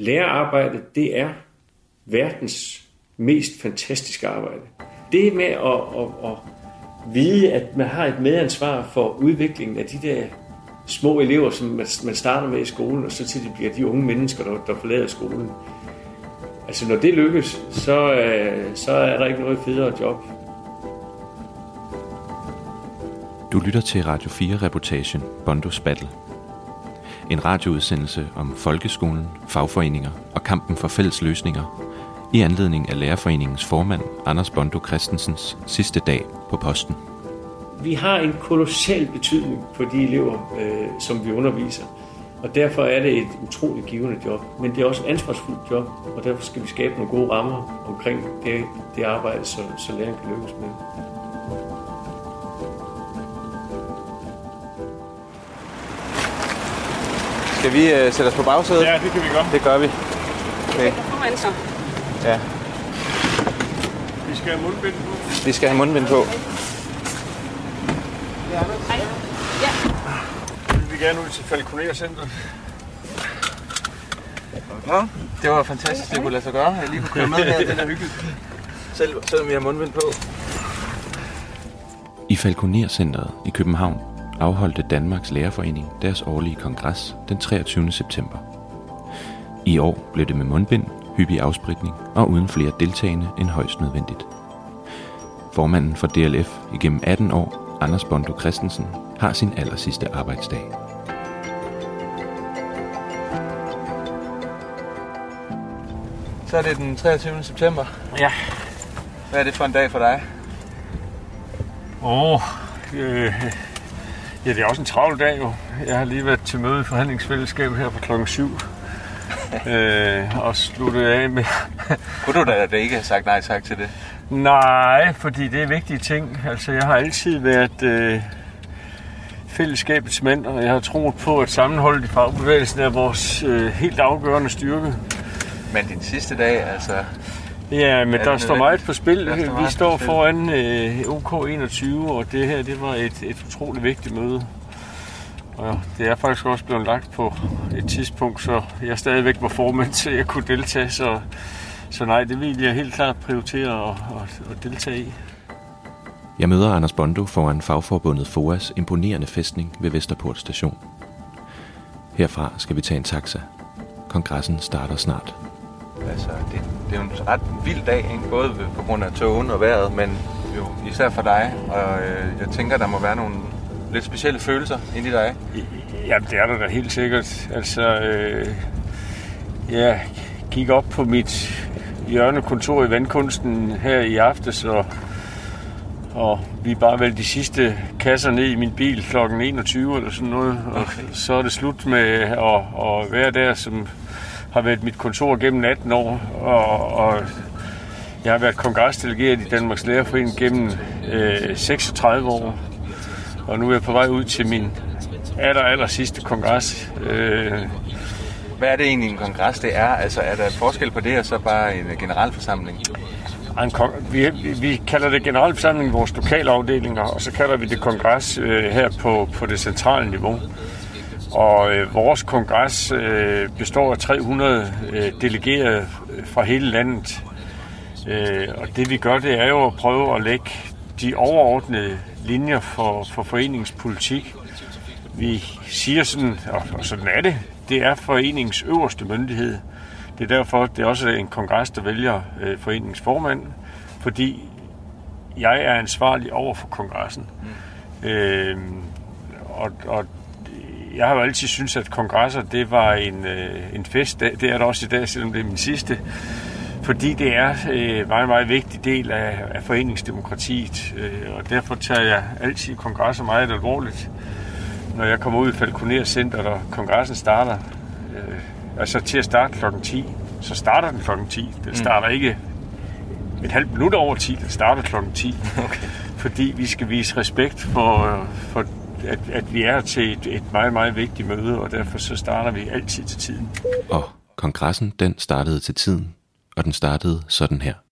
lærerarbejde, det er verdens mest fantastiske arbejde. Det med at vide, at man har et medansvar for udviklingen af de der små elever, som man starter med i skolen, og så til de bliver de unge mennesker, der forlader skolen. Altså når det lykkes, så er der ikke noget federe job. Du lytter til Radio 4-reportagen Bondos Battle. En radioudsendelse om folkeskolen, fagforeninger og kampen for fælles løsninger i anledning af Lærerforeningens formand Anders Bondo Christensens sidste dag på posten. Vi har en kolossal betydning for de elever, som vi underviser. Og derfor er det et utroligt givende job. Men det er også et ansvarsfuldt job, og derfor skal vi skabe nogle gode rammer omkring det arbejde, så læreren kan lykkes med. Skal vi sætte os på bagsædet? Ja, det kan vi godt. Det gør vi. Okay. Ja. Vi skal have mundbind på. Vi skal have mundbind på. Vi vil gerne ud til Falconer-centret. Ja, det var fantastisk, det kunne lade sig gøre. Jeg lige kunne køre med her, det er hyggeligt. Selvom vi har mundbind på. I Falconer-centret i København afholdte Danmarks Lærerforening deres årlige kongres den 23. september. I år blev det med mundbind, hyppig afspritning og uden flere deltagende end højst nødvendigt. Formanden for DLF igennem 18 år, Anders Bondo Christensen, har sin allersidste arbejdsdag. Så er det den 23. september. Ja. Hvad er det for en dag for dig? Ja, det er også en travl dag jo. Jeg har lige været til møde i forhandlingsfællesskabet her fra klokken 7. Og sluttet af med... Kunne du da ikke have sagt nej tak til det? Nej, fordi det er vigtige ting. Altså, jeg har altid været fællesskabets mand, og jeg har troet på, at sammenholdet i fagbevægelsen er vores helt afgørende styrke. Men din sidste dag, altså... Ja, men der står meget på spil. Vi står foran OK21, og det her, det var et utroligt vigtigt møde. Og det er faktisk også blevet lagt på et tidspunkt, så jeg stadigvæk var formand, så jeg kunne deltage. Så nej, det vil jeg helt klart prioritere at deltage i. Jeg møder Anders Bondo foran fagforbundet FOAs imponerende fæstning ved Vesterport Station. Herfra skal vi tage en taxa. Kongressen starter snart. Altså, det er jo en ret vild dag, ikke? Både på grund af togen og vejret, men jo især for dig. Og jeg tænker, der må være nogle lidt specielle følelser inde i dig. Jamen, det er der da helt sikkert. Altså, jeg gik op på mit hjørnekontor i Vandkunsten her i aftes, og vi bare vel de sidste kasser ned i min bil klokken 21 eller sådan noget. Og så er det slut med at være der, som har været mit kontor gennem 18 år, og jeg har været kongresdelegeret i Danmarks Lærerforening gennem 36 år. Og nu er jeg på vej ud til min aller sidste kongres. Hvad er det egentlig en kongres, det er? Altså, er der et forskel på det, og så bare en generalforsamling? Vi kalder det generalforsamling i vores lokale afdelinger, og så kalder vi det kongres her på det centrale niveau. Og vores kongres består af 300 delegerede fra hele landet. Og det vi gør, det er jo at prøve at lægge de overordnede linjer for foreningens politik. Vi siger sådan, og sådan er det, det er foreningens øverste myndighed. Det er derfor, det er også en kongres, der vælger foreningens formand, fordi jeg er ansvarlig over for kongressen. Og jeg har jo altid syntes, at kongresser, det var en festdag. Det er det også i dag, selvom det er min sidste. Fordi det er en meget, meget vigtig del af foreningsdemokratiet. Og derfor tager jeg altid kongresser meget alvorligt. Når jeg kommer ud i Falconer-centret, og kongressen starter, altså til at starte klokken 10, så starter den klokken 10. Den starter ikke et halvt minut over 10, den starter klokken 10. Okay. Fordi vi skal vise respekt for at vi er til et meget, meget vigtigt møde, og derfor så starter vi altid til tiden. Og kongressen, den startede til tiden, og den startede sådan her.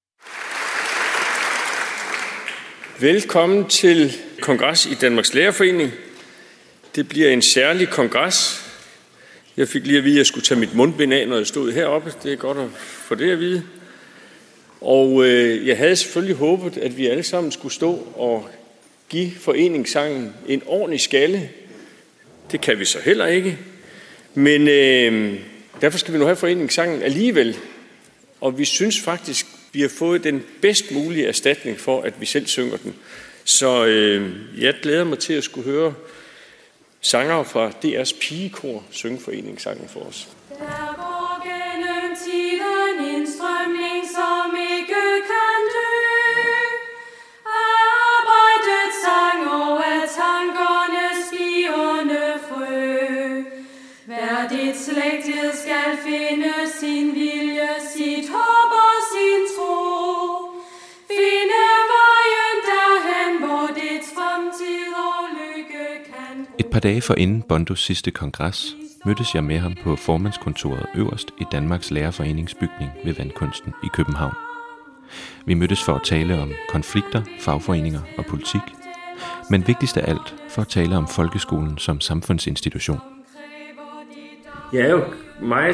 Velkommen til kongres i Danmarks Lærerforening. Det bliver en særlig kongres. Jeg fik lige at vide, at jeg skulle tage mit mundbind af, når jeg stod heroppe. Det er godt at få det at vide. Og jeg havde selvfølgelig håbet, at vi alle sammen skulle stå og give foreningssangen en ordentlig skalle. Det kan vi så heller ikke. Men derfor skal vi nu have foreningssangen alligevel. Og vi synes faktisk, vi har fået den bedst mulige erstatning for, at vi selv synger den. Så jeg glæder mig til at skulle høre sangere fra DR's pigekor synge foreningssangen for os. Der går gennem tiden en strømning, som ikke kan dø. Arbejdets sang og af tankernes spirende frø. Hver dit slægtet skal finde sin vilje, sit håb og sin tro. Finde vejen derhen, hvor dit fremtid og lykke kan gro. Et par dage forinden Bondos sidste kongres mødtes jeg med ham på formandskontoret øverst i Danmarks Lærerforenings bygning ved Vandkunsten i København. Vi mødtes for at tale om konflikter, fagforeninger og politik, men vigtigst af alt for at tale om folkeskolen som samfundsinstitution. Jeg er jo meget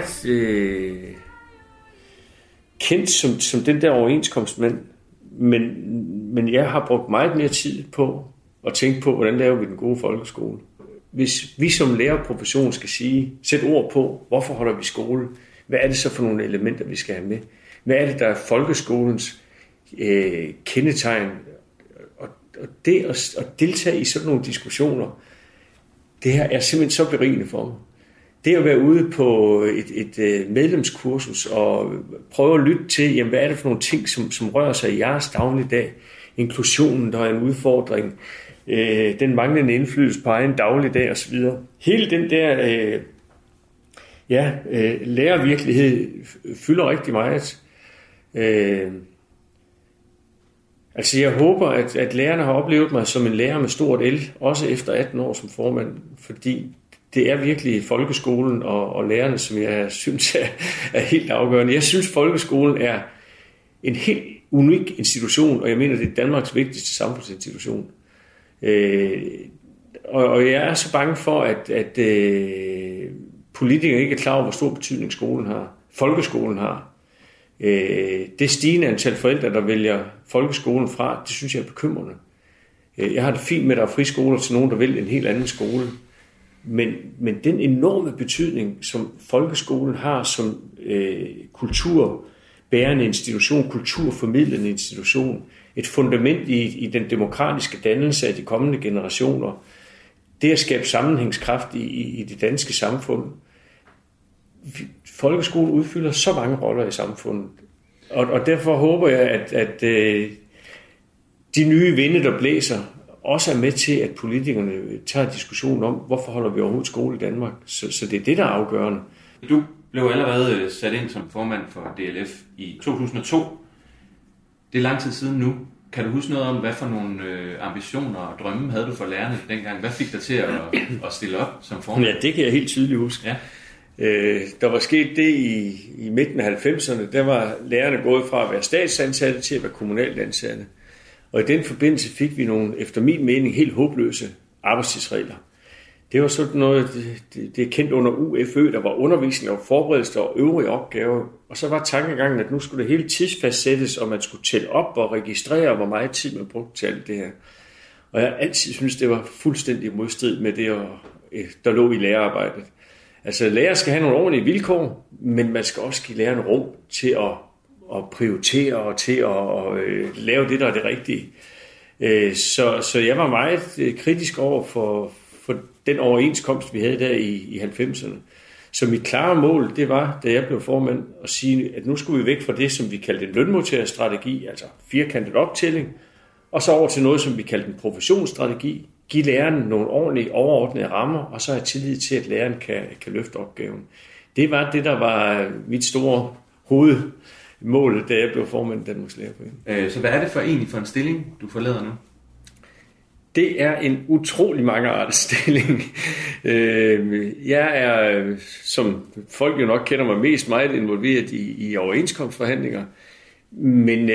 kendt som den der overenskomstmand, men jeg har brugt meget mere tid på at tænke på, hvordan laver vi den gode folkeskole. Hvis vi som lærerprofession skal sætte ord på, hvorfor holder vi skole, hvad er det så for nogle elementer, vi skal have med? Hvad er det, der er folkeskolens kendetegn? Og det at deltage i sådan nogle diskussioner, det her er simpelthen så berigende for mig. Det at være ude på et medlemskursus og prøve at lytte til, jamen, hvad er det for nogle ting, som rører sig i jeres dagligdag? Inklusionen, der er en udfordring, den manglende indflydelse på egen dagligdag osv. Hele den der lærervirkelighed fylder rigtig meget. Altså jeg håber, at lærerne har oplevet mig som en lærer med stort L, også efter 18 år som formand, fordi det er virkelig folkeskolen og lærerne, som jeg synes er helt afgørende. Jeg synes, folkeskolen er en helt unik institution, og jeg mener, det er Danmarks vigtigste samfundsinstitution. Og jeg er så bange for, at politikere ikke er klar over, hvor stor betydning skolen har. Folkeskolen har. Det stigende antal forældre, der vælger folkeskolen fra, det synes jeg er bekymrende. Jeg har det fint med, at der er friskoler til nogen, der vælger en helt anden skole. Men den enorme betydning, som folkeskolen har som kulturbærende institution, kulturformidlende institution, et fundament i den demokratiske dannelse af de kommende generationer, det at skabe sammenhængskraft i det danske samfund. Folkeskolen udfylder så mange roller i samfundet, og derfor håber jeg, at de nye vinde, der blæser, også er med til, at politikerne tager diskussion om, hvorfor holder vi overhovedet skole i Danmark. Så det er det, der er afgørende. Du blev allerede sat ind som formand for DLF i 2002. Det er lang tid siden nu. Kan du huske noget om, hvad for nogle ambitioner og drømme havde du for lærerne dengang? Hvad fik dig til at stille op som formand? Ja, det kan jeg helt tydeligt huske. Ja. Der var sket det i midten af 90'erne. Der var lærerne gået fra at være statsansatte til at være kommunalt ansatte. Og i den forbindelse fik vi nogle, efter min mening, helt håbløse arbejdstidsregler. Det var sådan noget, det er kendt under UFØ, der var undervisning og forberedelse og øvrige opgaver. Og så var tankegangen, at nu skulle det hele tidsfastsættes, og man skulle tælle op og registrere, hvor meget tid man brugte til alt det her. Og jeg altid synes, det var fuldstændig modstrid med det, der lå i lærerarbejdet. Altså lærer skal have nogle ordentlige vilkår, men man skal også give lærerne rum til at prioritere og til at lave det, der er det rigtige. Så jeg var meget kritisk over for den overenskomst, vi havde der i 90'erne. Så mit klare mål, det var, da jeg blev formand, at sige, at nu skulle vi væk fra det, som vi kaldte en lønmodtagerstrategi, altså firkantet optælling, og så over til noget, som vi kaldte en professionsstrategi. Give læreren nogle ordentlige, overordnede rammer, og så have tillid til, at læreren kan løfte opgaven. Det var det, der var mit store hovedmål, da jeg blev formand i Danmarks Lærerforening. Så hvad er det for en stilling, du forlader nu? Det er en utrolig mangeartet stilling. Jeg er, som folk jo nok kender mig mest, meget involveret i overenskomstforhandlinger, men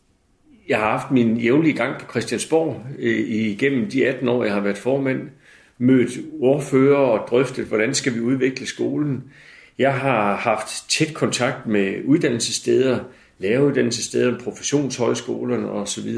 jeg har haft min jævnlige gang på Christiansborg igennem de 18 år, jeg har været formand, mødt ordfører og drøftet, hvordan skal vi udvikle skolen. Jeg har haft tæt kontakt med uddannelsessteder, læreruddannelsessteder, professionshøjskolerne osv.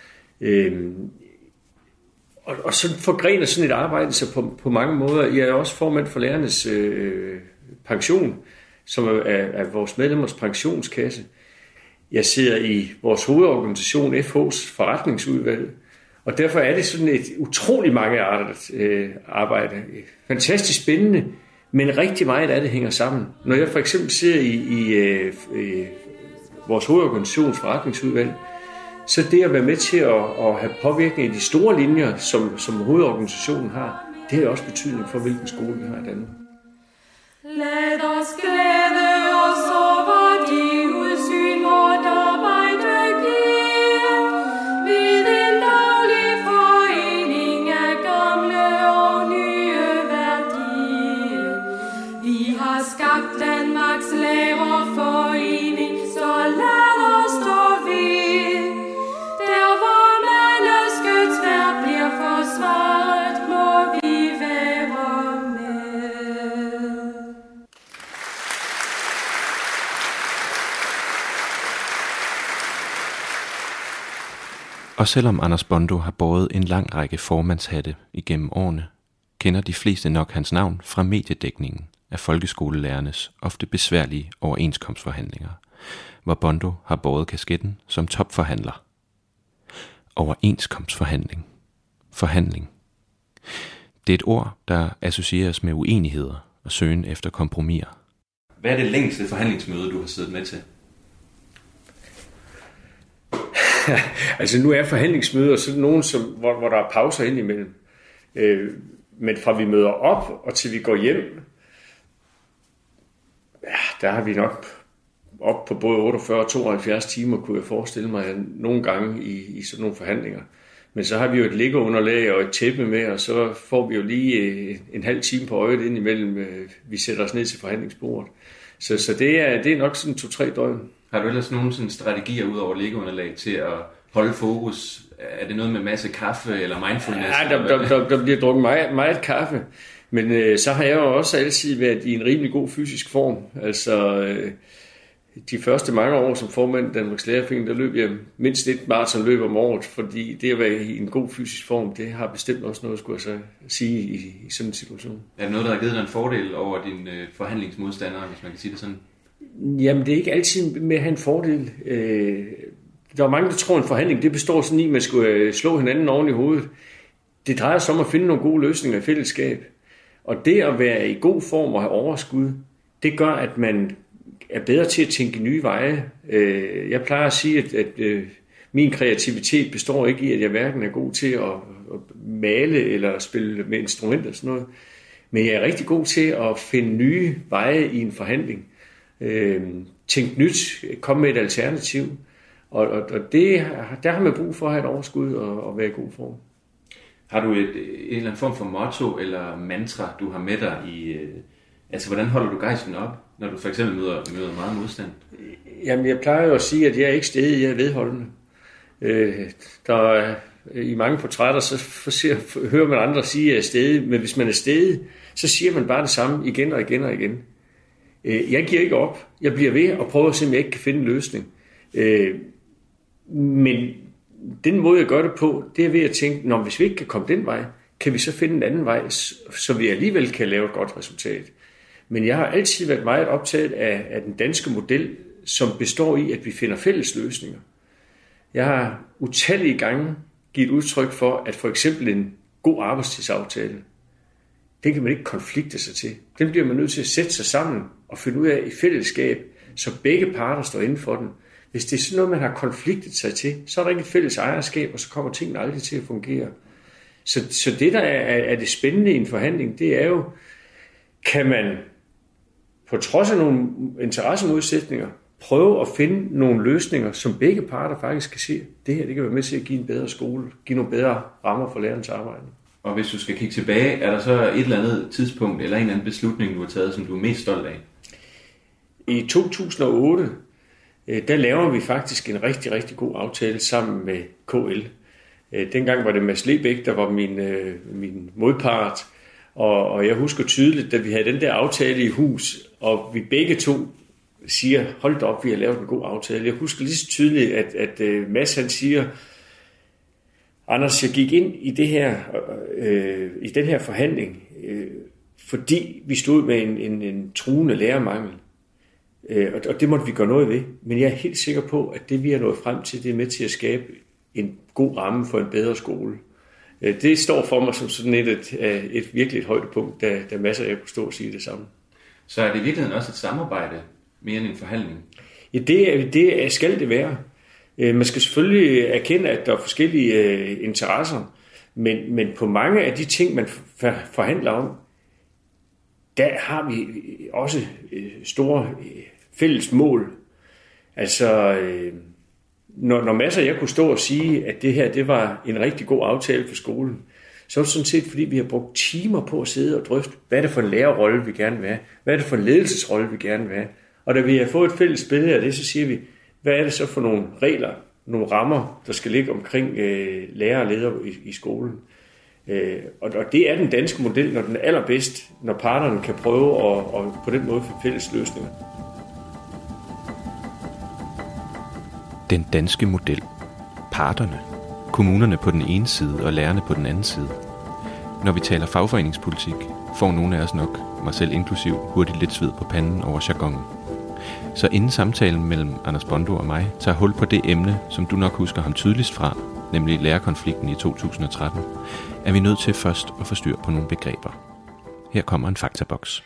Og så forgrener sådan et arbejde sig på mange måder. Jeg er også formand for lærernes pension, som er vores medlemmers pensionskasse. Jeg sidder i vores hovedorganisation, FH's forretningsudvalg, og derfor er det sådan et utrolig mangeartet arbejde. Fantastisk spændende, men rigtig meget af det hænger sammen. Når jeg for eksempel sidder i vores hovedorganisations forretningsudvalg, så det at være med til at have påvirkning i de store linjer, som hovedorganisationen har, det har også betydning for, hvilken skole vi har i Danmark. Lad os glæde os over de udsyn, vort arbejde giver, ved en daglig forening af gamle og nye værdier. Vi har skabt Danmarks Lærerforening, så lad os stå ved. Der hvor menneskets værd bliver forsvaret, må vi være med. Og selvom Anders Bondo har båret en lang række formandshatte igennem årene, kender de fleste nok hans navn fra mediedækningen af folkeskolelærernes ofte besværlige overenskomstforhandlinger, hvor Bondo har båret kasketten som topforhandler. Overenskomstforhandling. Forhandling. Det er et ord, der associeres med uenigheder og søgen efter kompromiser. Hvad er det længste forhandlingsmøde, du har siddet med til? Altså nu er forhandlingsmøder sådan nogen, hvor der er pauser indimellem. Men fra vi møder op og til vi går hjem, der har vi nok op på både 48 og 72 timer, kunne jeg forestille mig, nogle gange i sådan nogle forhandlinger. Men så har vi jo et liggeunderlag og et tæppe med, og så får vi jo lige en halv time på øjet indimellem, vi sætter os ned til forhandlingsbordet. Så det er nok sådan 2-3 døgn. Har du ellers nogle sådan strategier ud over liggeunderlag til at holde fokus? Er det noget med masse kaffe eller mindfulness? Ja, der bliver drukket meget kaffe. Men så har jeg jo også altid været i en rimelig god fysisk form. Altså de første mange år som formand i Danmarks Lærerforening, der løb jeg mindst et maratonløb om året, fordi det at være i en god fysisk form, det har bestemt også noget, skulle jeg så sige, i sådan en situation. Er det noget, der har givet dig en fordel over dine forhandlingsmodstandere, hvis man kan sige det sådan? Jamen, det er ikke altid med at have en fordel. Der er mange, der tror, at en forhandling det består sådan i, at man skulle slå hinanden oven i hovedet. Det drejer sig om at finde nogle gode løsninger i fællesskab. Og det at være i god form og have overskud, det gør, at man er bedre til at tænke nye veje. Jeg plejer at sige, at min kreativitet består ikke i, at jeg hverken er god til at male eller spille med instrumenter og sådan noget. Men jeg er rigtig god til at finde nye veje i en forhandling. Tænke nyt, komme med et alternativ. Og der har man brug for at have et overskud og være i god form. Har du en eller anden form for motto eller mantra, du har med dig i... Altså, hvordan holder du gejsten op, når du for eksempel møder meget modstand? Jamen, jeg plejer jo at sige, at jeg er ikke stædig, jeg er vedholdende. Der er, i mange portrætter, så hører man andre sige, at jeg er stædig, men hvis man er stædig, så siger man bare det samme igen og igen og igen. Jeg giver ikke op. Jeg bliver ved og prøver at se, om jeg ikke kan finde en løsning. Men den måde, jeg gør det på, det er ved at tænke, hvis vi ikke kan komme den vej, kan vi så finde en anden vej, så vi alligevel kan lave et godt resultat. Men jeg har altid været meget optaget af den danske model, som består i, at vi finder fælles løsninger. Jeg har utallige gange givet udtryk for, at for eksempel en god arbejdstidsaftale, den kan man ikke konflikte sig til. Den bliver man nødt til at sætte sig sammen og finde ud af i fællesskab, så begge parter står inden for den. Hvis det er sådan noget, man har konfliktet sig til, så er der ikke et fælles ejerskab, og så kommer tingene aldrig til at fungere. Så det, der er det spændende i en forhandling, det er jo, kan man på trods af nogle interessemodsætninger prøve at finde nogle løsninger, som begge parter faktisk kan se, det her det kan være med til at give en bedre skole, give nogle bedre rammer for lærernes arbejde. Og hvis du skal kigge tilbage, er der så et eller andet tidspunkt eller en eller anden beslutning, du har taget, som du er mest stolt af? I 2008, der laver vi faktisk en rigtig, rigtig god aftale sammen med KL. Dengang var det Mads Lebæk, der var min modpart, og jeg husker tydeligt, da vi havde den der aftale i hus, og vi begge to siger, hold da op, vi har lavet en god aftale. Jeg husker lige så tydeligt, at Mads han siger, Anders, jeg gik ind i i den her forhandling, fordi vi stod med en truende lærermangel. Og det måtte vi gøre noget ved. Men jeg er helt sikker på, at det vi har nået frem til, det er med til at skabe en god ramme for en bedre skole. Det står for mig som sådan et virkelig højdepunkt, da masser af jer kunne stå og sige det samme. Så er det i virkeligheden også et samarbejde mere end en forhandling? Ja, det skal det være. Man skal selvfølgelig erkende, at der er forskellige interesser, men på mange af de ting, man forhandler om, der har vi også store fælles mål. Altså, når masser af jer kunne stå og sige, at det her det var en rigtig god aftale for skolen, så er det sådan set, fordi vi har brugt timer på at sidde og drøfte, hvad er det for en lærerrolle, vi gerne vil have? Hvad er det for en ledelsesrolle, vi gerne vil have? Og da vi har fået et fælles billede af det, så siger vi, hvad er det så for nogle regler, nogle rammer, der skal ligge omkring lærere og ledere i skolen? Og det er den danske model, når den er allerbedst, når parterne kan prøve at på den måde få fælles løsninger. Den danske model. Parterne. Kommunerne på den ene side og lærerne på den anden side. Når vi taler fagforeningspolitik, får nogle af os nok, mig selv inklusiv, hurtigt lidt sved på panden over jargonen. Så inden samtalen mellem Anders Bondo og mig tager hul på det emne, som du nok husker ham tydeligst fra, nemlig lærerkonflikten i 2013, er vi nødt til først at få styr på nogle begreber. Her kommer en faktaboks.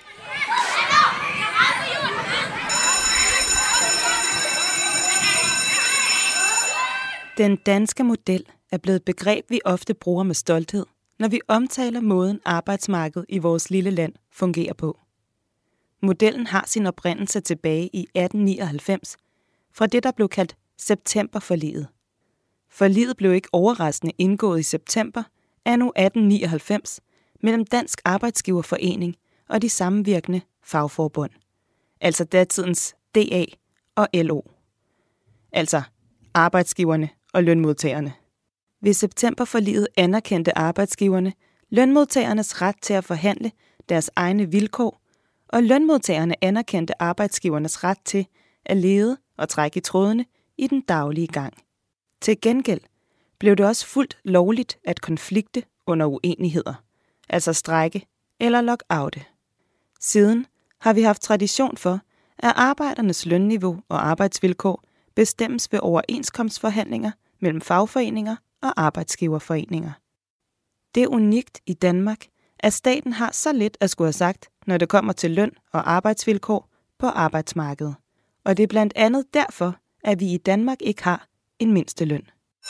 Den danske model er blevet et begreb, vi ofte bruger med stolthed, når vi omtaler måden arbejdsmarkedet i vores lille land fungerer på. Modellen har sin oprindelse tilbage i 1899, fra det, der blev kaldt Septemberforliget. Forliget blev ikke overraskende indgået i september anno 1899 mellem Dansk Arbejdsgiverforening og de sammenvirkende fagforbund, altså datidens DA og LO, altså arbejdsgiverne og lønmodtagerne. Ved septemberforliget anerkendte arbejdsgiverne lønmodtagernes ret til at forhandle deres egne vilkår, og lønmodtagerne anerkendte arbejdsgivernes ret til at lede og trække i trådene i den daglige gang. Til gengæld blev det også fuldt lovligt at konflikte under uenigheder, altså strejke eller lockoute. Siden har vi haft tradition for, at arbejdernes lønniveau og arbejdsvilkår bestemmes ved overenskomstforhandlinger mellem fagforeninger og arbejdsgiverforeninger. Det er unikt i Danmark, at staten har så lidt at skulle have sagt, når det kommer til løn og arbejdsvilkår på arbejdsmarkedet. Og det er blandt andet derfor, at vi i Danmark ikke har en mindsteløn.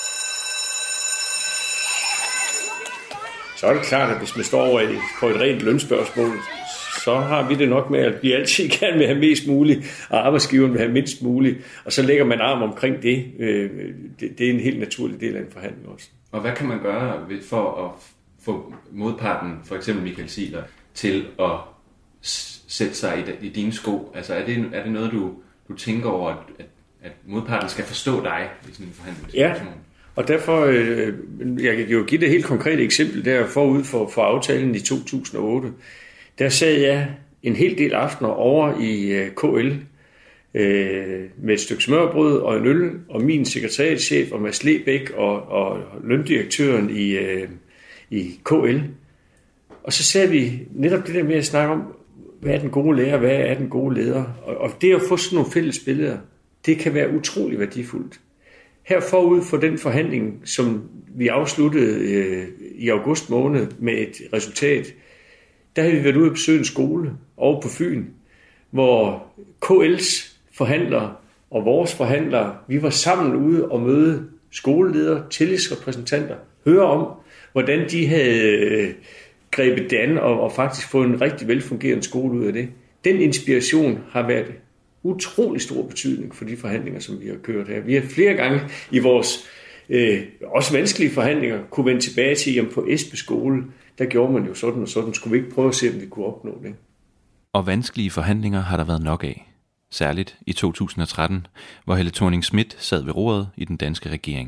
Så er det klart, at hvis man står over for et rent lønspørgsmål, så har vi det nok med, at vi altid gerne vil have mest muligt, og arbejdsgiveren vil have mindst muligt, og så lægger man arm omkring det. Det er en helt naturlig del af en forhandling også. Og hvad kan man gøre for at få modparten, for eksempel Michael Ziegler, til at sætte sig i dine sko? Altså er det noget, du tænker over, at modparten skal forstå dig i sådan en forhandlingssituation? Ja, og derfor, jeg kan jo give det et helt konkret eksempel der forud for aftalen i 2008. Der sad jeg en hel del aftener over i KL med et stykke smørbrød og en øl, og min sekretariatschef og Mads Lebæk og løndirektøren i KL. Og så sad vi netop det der med at snakke om, hvad er den gode lærer, hvad er den gode leder. Og det at få sådan nogle fælles billeder, det kan være utrolig værdifuldt. Her forud for den forhandling, som vi afsluttede i august måned med et resultat, der havde vi været ude at besøge en skole over på Fyn, hvor KL's forhandlere og vores forhandlere, vi var sammen ude og møde skoleledere, tillidsrepræsentanter, høre om, hvordan de havde grebet det an og faktisk fået en rigtig velfungerende skole ud af det. Den inspiration har været utrolig stor betydning for de forhandlinger, som vi har kørt her. Vi har flere gange i vores også vanskelige forhandlinger kunne vende tilbage til, jamen på Esbe skole, der gjorde man jo sådan og sådan. Skulle vi ikke prøve at se, om vi kunne opnå det? Og vanskelige forhandlinger har der været nok af. Særligt i 2013, hvor Helle Thorning-Schmidt sad ved roret i den danske regering.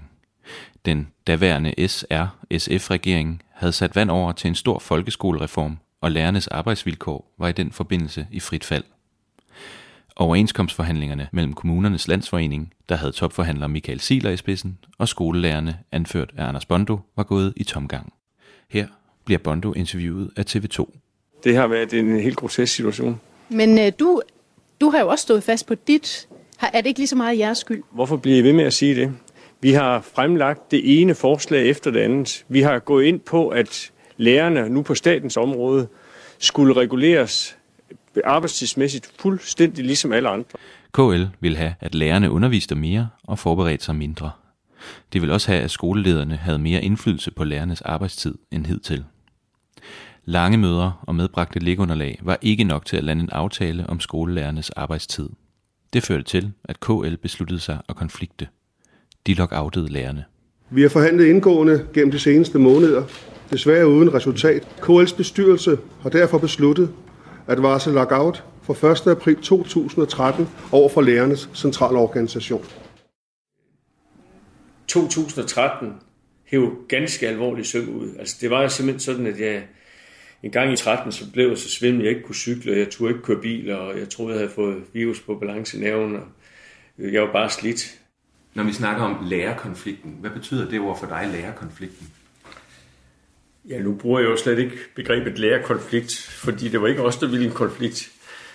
Den daværende SR-SF-regering havde sat vand over til en stor folkeskolereform, og lærernes arbejdsvilkår var i den forbindelse i frit fald. Overenskomstforhandlingerne mellem Kommunernes Landsforening, der havde topforhandler Michael Ziegler i spidsen, og skolelærerne, anført af Anders Bondo, var gået i tomgang. Her bliver Bondo interviewet af TV2. Det har været en helt grotesk situation. Men du har jo også stået fast på dit. Er det ikke lige så meget jeres skyld? Hvorfor bliver I ved med at sige det? Vi har fremlagt det ene forslag efter det andet. Vi har gået ind på, at lærerne nu på statens område skulle reguleres arbejdstidsmæssigt fuldstændig ligesom alle andre. KL vil have, at lærerne underviste mere og forberedte sig mindre. Det vil også have, at skolelederne havde mere indflydelse på lærernes arbejdstid end hidtil. Lange møder og medbragte lægunderlag var ikke nok til at lande en aftale om skolelærernes arbejdstid. Det førte til, at KL besluttede sig at konflikte. De lockoutede lærerne. Vi har forhandlet indgående gennem de seneste måneder, desværre uden resultat. KL's bestyrelse har derfor besluttet at varsle lockout fra 1. april 2013 over for lærernes centralorganisation. 2013 hævde ganske alvorligt søvn ud. Altså, det var jo simpelthen sådan, at jeg en gang i 13 så blev jeg så svimmel, jeg ikke kunne cykle, og jeg turde ikke køre bil, og jeg troede, jeg havde fået virus på balancenerven, og jeg var bare slidt. Når vi snakker om lærerkonflikten, hvad betyder det ord for dig, lærerkonflikten? Ja, nu bruger jeg jo slet ikke begrebet lærerkonflikt, fordi det var ikke os, der ville en konflikt.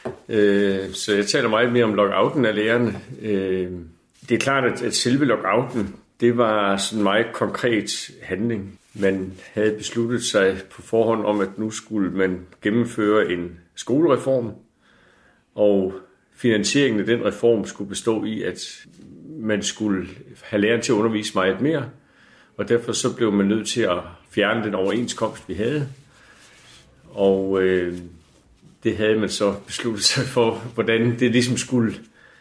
Så jeg taler meget mere om lockouten af lærerne. Det er klart, at selve lockouten, det var sådan en meget konkret handling. Man havde besluttet sig på forhånd om, at nu skulle man gennemføre en skolereform, og finansieringen af den reform skulle bestå i, at man skulle have lærerne til at undervise meget mere, og derfor så blev man nødt til at fjerne den overenskomst, vi havde. Og det havde man så besluttet sig for, hvordan det ligesom skulle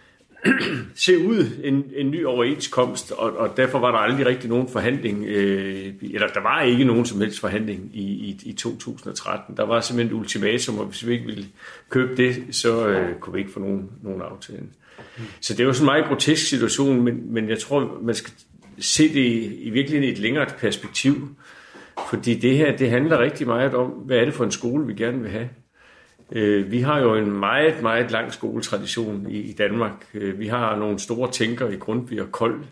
se ud, en ny overenskomst, og derfor var der aldrig rigtig nogen forhandling, eller der var ikke nogen som helst forhandling i 2013. Der var simpelthen et ultimatum, og hvis vi ikke ville købe det, så kunne vi ikke få nogen aftale. Så det var sådan en meget grotesk situation, men jeg tror, man skal se det i virkeligheden i et længere perspektiv, fordi det her, det handler rigtig meget om, hvad er det for en skole, vi gerne vil have. Vi har jo en meget, meget lang skoletradition i Danmark. Vi har nogle store tænkere i Grundtvig og Kold.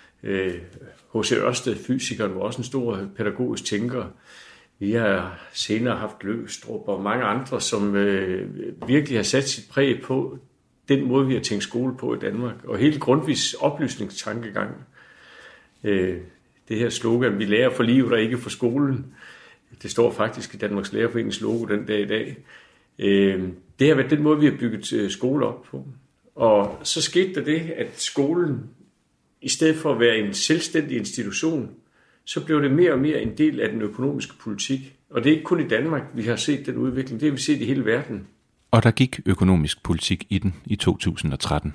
H.C. Ørsted, fysikeren, var også en stor pædagogisk tænker. Vi har senere haft Løgstrup og mange andre, som virkelig har sat sit præg på den måde, vi har tænkt skole på i Danmark. Og hele Grundtvigs oplysningstankegang, det her slogan, vi lærer for livet og ikke for skolen, det står faktisk i Danmarks Lærerforenings logo den dag i dag. Det har været den måde, vi har bygget skole op på. Og så skete der det, at skolen, i stedet for at være en selvstændig institution, så blev det mere og mere en del af den økonomiske politik. Og det er ikke kun i Danmark, vi har set den udvikling. Det har vi set i hele verden. Og der gik økonomisk politik i den i 2013.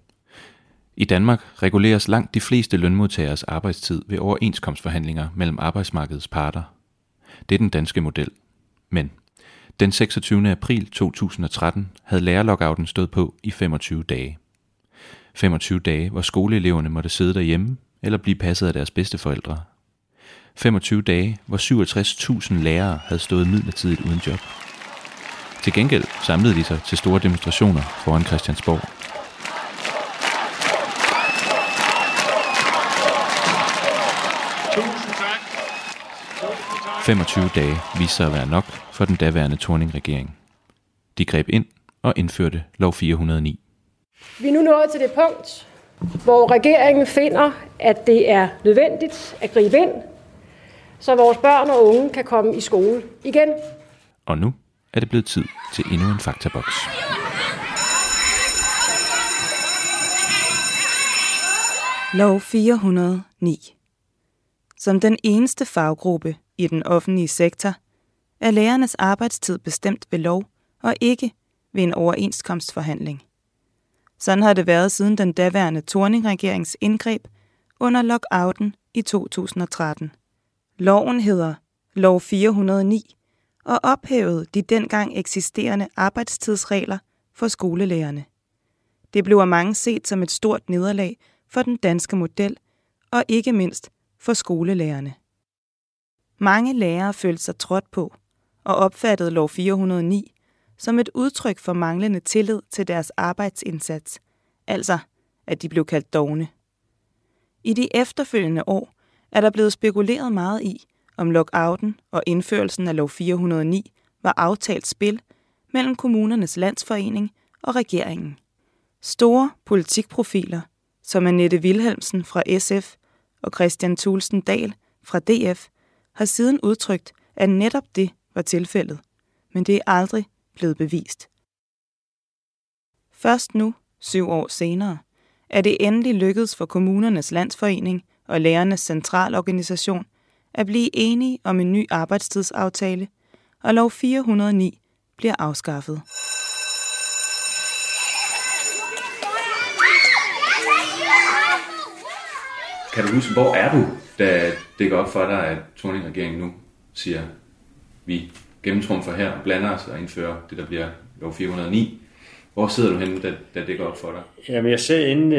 I Danmark reguleres langt de fleste lønmodtageres arbejdstid ved overenskomstforhandlinger mellem arbejdsmarkedets parter. Det er den danske model. Men den 26. april 2013 havde lærerlockouten stået på i 25 dage. 25 dage, hvor skoleeleverne måtte sidde derhjemme eller blive passet af deres bedsteforældre. 25 dage, hvor 67.000 lærere havde stået midlertidigt uden job. Til gengæld samlede de sig til store demonstrationer foran Christiansborg. 25 dage viste sig at være nok for den daværende Thorning-regering. De greb ind og indførte lov 409. Vi er nu nået til det punkt, hvor regeringen finder, at det er nødvendigt at gribe ind, så vores børn og unge kan komme i skole igen. Og nu er det blevet tid til endnu en faktaboks. Lov 409. Som den eneste faggruppe i den offentlige sektor er lærernes arbejdstid bestemt ved lov og ikke ved en overenskomstforhandling. Sådan har det været siden den daværende Thorning-regerings indgreb under lockouten i 2013. Loven hedder Lov 409 og ophævede de dengang eksisterende arbejdstidsregler for skolelærerne. Det blev af mange set som et stort nederlag for den danske model og ikke mindst for skolelærerne. Mange lærere følte sig trådt på og opfattede lov 409 som et udtryk for manglende tillid til deres arbejdsindsats, altså at de blev kaldt dovne. I de efterfølgende år er der blevet spekuleret meget i, om lockouten og indførelsen af lov 409 var aftalt spil mellem Kommunernes Landsforening og regeringen. Store politikprofiler, som Annette Wilhelmsen fra SF og Kristian Thulesen Dahl fra DF, har siden udtrykt, at netop det var tilfældet, men det er aldrig blevet bevist. Først nu, 7 år senere, er det endelig lykkedes for Kommunernes Landsforening og Lærernes Centralorganisation at blive enige om en ny arbejdstidsaftale, og lov 409 bliver afskaffet. Kan du huske, hvor er du, da det går op for dig, at Thorning-regeringen nu siger, vi gennemtrumfer her og blander os og indfører det, der bliver lov 409? Hvor sidder du henne, da det går op for dig? Jamen, jeg sad inde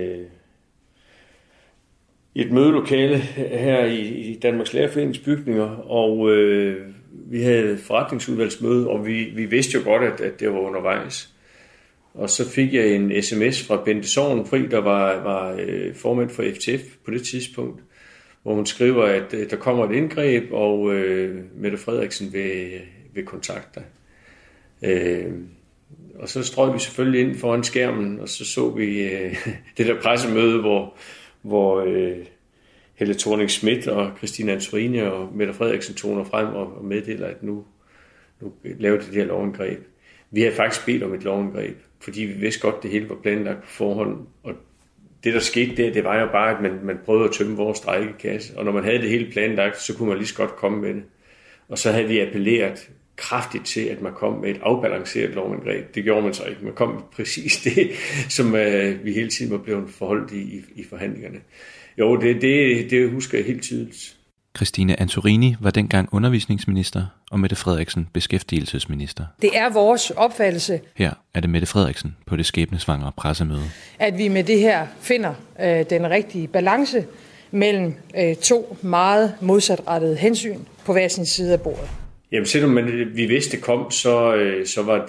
i et mødelokale her i Danmarks Lærerforenings bygninger, og vi havde forretningsudvalgsmøde, og vi vidste jo godt, at det var undervejs. Og så fik jeg en sms fra Bente Sorgenfri, der var formand for FTF på det tidspunkt, hvor hun skriver, at der kommer et indgreb, og Mette Frederiksen vil kontakte dig. Og så strøg vi selvfølgelig ind foran skærmen, og så vi det der pressemøde, hvor Helle Thorning-Schmidt og Christine Antorini og Mette Frederiksen toner frem og meddeler, at nu laver de det her lovindgreb. Vi havde faktisk bedt om et lovindgreb, fordi vi vidste godt, at det hele var planlagt på forhånd. Og det, der skete der, det var jo bare, at man prøvede at tømme vores strejkekasse. Og når man havde det hele planlagt, så kunne man lige så godt komme med det. Og så havde vi appelleret kraftigt til, at man kom med et afbalanceret lovindgreb. Det gjorde man så ikke. Man kom med præcis det, som vi hele tiden var blevet forholdt i forhandlingerne. Jo, det husker jeg helt tydeligt. Christine Antorini var dengang undervisningsminister, og Mette Frederiksen beskæftigelsesminister. Det er vores opfattelse. Her er det Mette Frederiksen på det skæbnesvangre pressemøde. At vi med det her finder den rigtige balance mellem to meget modsatrettede hensyn på hver sin side af bordet. Jamen, selvom vi vidste det kom, så var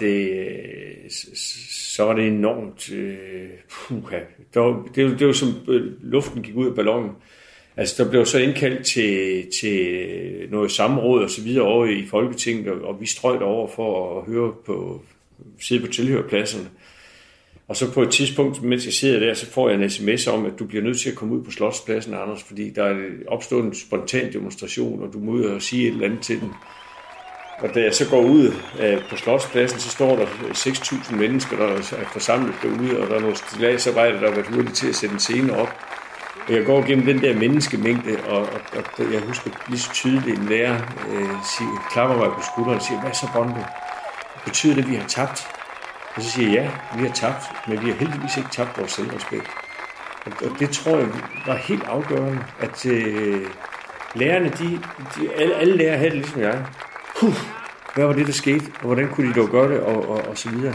det enormt puha. Det var som luften gik ud af ballonen. Altså, der blev så indkaldt til noget samråd og så videre over i Folketinget, og vi strøg over for at sidde på tilhørerpladserne. Og så på et tidspunkt, mens jeg sidder der, så får jeg en sms om, at du bliver nødt til at komme ud på Slotspladsen, Anders, fordi der er opstået en spontan demonstration, og du må ud og sige et eller andet til den. Og da jeg så går ud på Slotspladsen, så står der 6.000 mennesker, der er forsamlet derude, og der er nogle stilladsarbejdere, der har været hurtigt til at sætte en scene op. Og jeg går gennem den der menneskemængde, og jeg husker lige så tydeligt, en lærer klapper mig på skulderen og siger, hvad så, Bondo? Betyder det, at vi har tabt? Og så siger jeg, ja, vi har tabt, men vi har heldigvis ikke tabt vores selvrespekt. Og det tror jeg var helt afgørende, at lærerne, alle lærere havde det ligesom jeg. Hvad var det, der skete, og hvordan kunne de dog gøre det, og så videre.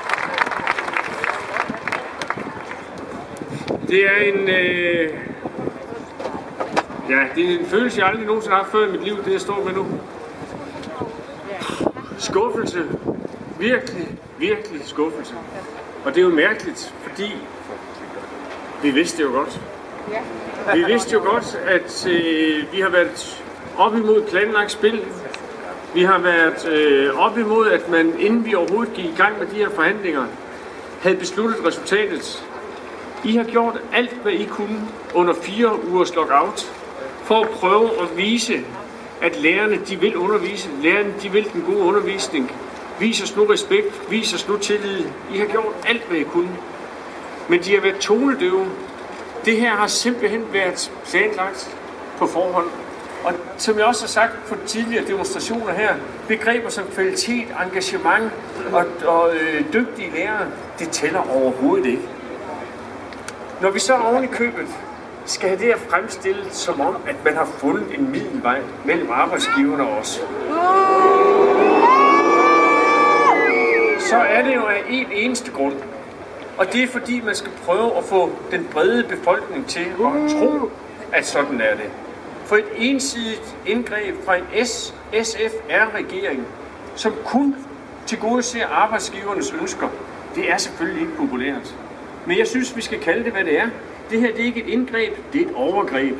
Det er en følelse, jeg aldrig nogensinde har haft før i mit liv, det jeg står med nu. Skuffelse. Virkelig, virkelig skuffelse. Og det er jo mærkeligt, fordi vi vidste det jo godt. Vi vidste jo godt, at vi har været op imod planlagt spil. Vi har været op imod, at man, inden vi overhovedet gik i gang med de her forhandlinger, havde besluttet resultatet. I har gjort alt, hvad I kunne under 4 ugers lockout, for at prøve at vise, at lærerne, de vil undervise. Lærerne, de vil den gode undervisning. Vis os nu respekt, vis os nu tillid. I har gjort alt, hvad I kunne. Men de har været tonedøve. Det her har simpelthen været planlagt på forhånd. Og som jeg også har sagt på tidligere demonstrationer her, begreber som kvalitet, engagement og dygtige lærere, det tæller overhovedet ikke. Når vi så oven i købet skal have det her fremstillet som om, at man har fundet en middelvej mellem arbejdsgiverne og os, så er det jo af en eneste grund. Og det er fordi, man skal prøve at få den brede befolkning til at tro, at sådan er det. For et ensidigt indgreb fra en SFR-regering, som kun tilgodeser arbejdsgivernes ønsker, det er selvfølgelig ikke populært. Men jeg synes, vi skal kalde det, hvad det er. Det her det er ikke et indgreb, det er et overgreb.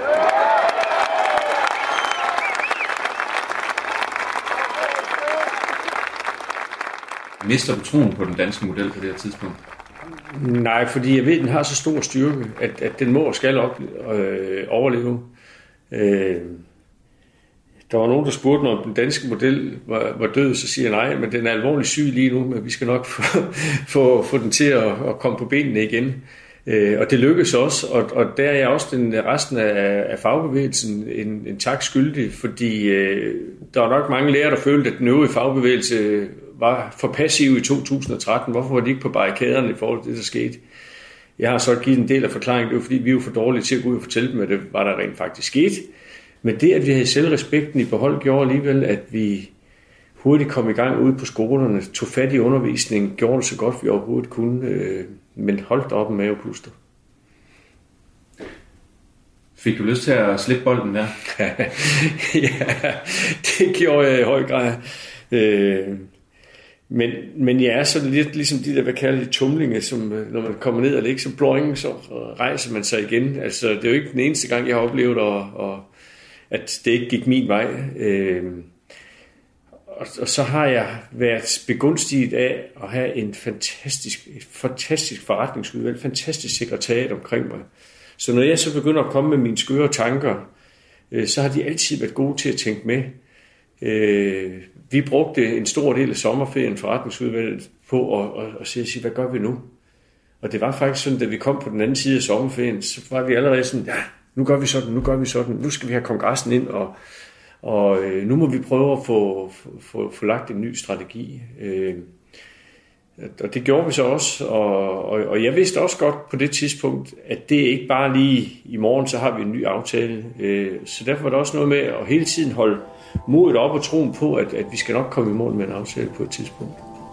Mister du troen på den danske model på det her tidspunkt? Nej, fordi jeg ved, at den har så stor styrke, at den må og skal overleve. Der var nogen, der spurgte mig, om den danske model var død, så siger jeg nej, men den er alvorligt syg lige nu, men vi skal nok få den til at komme på benene igen. Og det lykkes også, og der er jeg også resten af fagbevægelsen en tak skyldig, fordi der var nok mange lærere, der følte, at den øvrige fagbevægelse var for passiv i 2013. Hvorfor var de ikke på barrikaderne i forhold til det, der skete? Jeg har så givet en del af forklaringen, det var fordi, vi var for dårlige til at gå ud og fortælle dem, at det var der rent faktisk skete. Men det, at vi havde selvrespekten i behold, gjorde alligevel, at vi hurtigt kom i gang ude på skolerne, tog fat i undervisningen, gjorde det så godt, vi overhovedet kunne, men holdt op en mavepuster. Fik du lyst til at slippe bolden der? Ja, det gjorde jeg i høj grad. Men jeg er sådan lidt ligesom de der, hvad kalder de, tumlinge, som når man kommer ned og ligger så bløjning, så rejser man sig igen. Altså, det er jo ikke den eneste gang, jeg har oplevet, at det ikke gik min vej. Og så har jeg været begunstiget af at have et fantastisk forretningsudvalg, et fantastisk sekretariat omkring mig. Så når jeg så begynder at komme med mine skøre tanker, så har de altid været gode til at tænke med. Vi brugte en stor del af sommerferien forretningsudvalget på at sige, hvad gør vi nu? Og det var faktisk sådan, da vi kom på den anden side af sommerferien, så var vi allerede sådan, ja, nu gør vi sådan, nu skal vi have kongressen ind, og nu må vi prøve at få lagt en ny strategi. Og det gjorde vi så også, og jeg vidste også godt på det tidspunkt, at det ikke bare lige i morgen, så har vi en ny aftale. Så derfor var der også noget med at hele tiden holde modet op og troen på, at vi skal nok komme i mål med en aftale på et tidspunkt.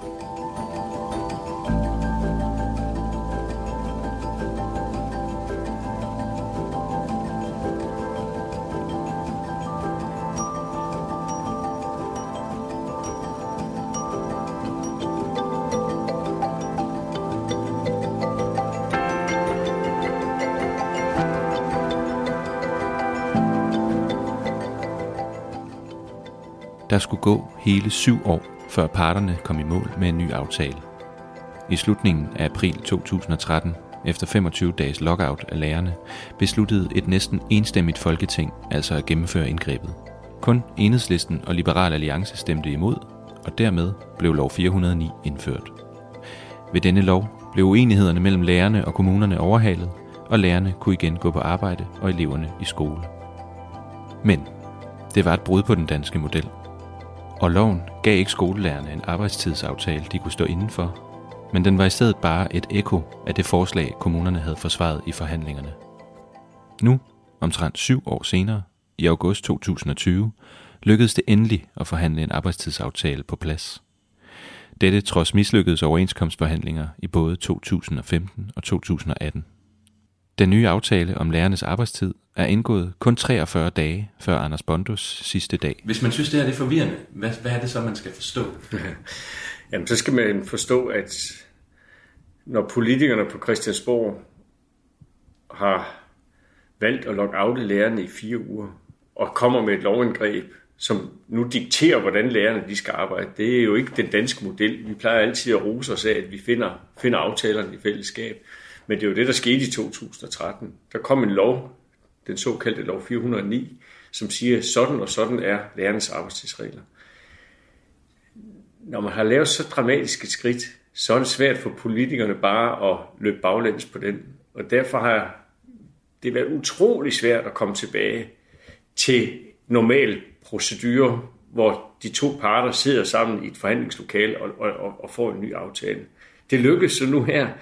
Der skulle gå hele 7 år, før parterne kom i mål med en ny aftale. I slutningen af april 2013, efter 25 dages lockout af lærerne, besluttede et næsten enstemmigt folketing altså at gennemføre indgrebet. Kun Enhedslisten og Liberal Alliance stemte imod, og dermed blev lov 409 indført. Ved denne lov blev uenighederne mellem lærerne og kommunerne overhalet, og lærerne kunne igen gå på arbejde og eleverne i skole. Men det var et brud på den danske model. Og loven gav ikke skolelærerne en arbejdstidsaftale, de kunne stå indenfor, men den var i stedet bare et ekko af det forslag, kommunerne havde forsvaret i forhandlingerne. Nu, omtrent 7 år senere, i august 2020, lykkedes det endelig at forhandle en arbejdstidsaftale på plads. Dette trods mislykkedes overenskomstforhandlinger i både 2015 og 2018. Den nye aftale om lærernes arbejdstid er indgået kun 43 dage før Anders Bondos sidste dag. Hvis man synes, det her er forvirrende, hvad er det så, man skal forstå? Jamen, så skal man forstå, at når politikerne på Christiansborg har valgt at lockoute lærerne i 4 uger, og kommer med et lovindgreb, som nu dikterer, hvordan lærerne de skal arbejde, det er jo ikke den danske model. Vi plejer altid at rose os af, at vi finder aftalerne i fællesskab. Men det er jo det, der skete i 2013. Der kom en lov, den såkaldte lov 409, som siger, sådan og sådan er lærernes arbejdstidsregler. Når man har lavet så dramatisk et skridt, så er det svært for politikerne bare at løbe baglæns på den. Og derfor har det været utrolig svært at komme tilbage til normal procedure, hvor de 2 parter sidder sammen i et forhandlingslokale og får en ny aftale. Det lykkedes så nu her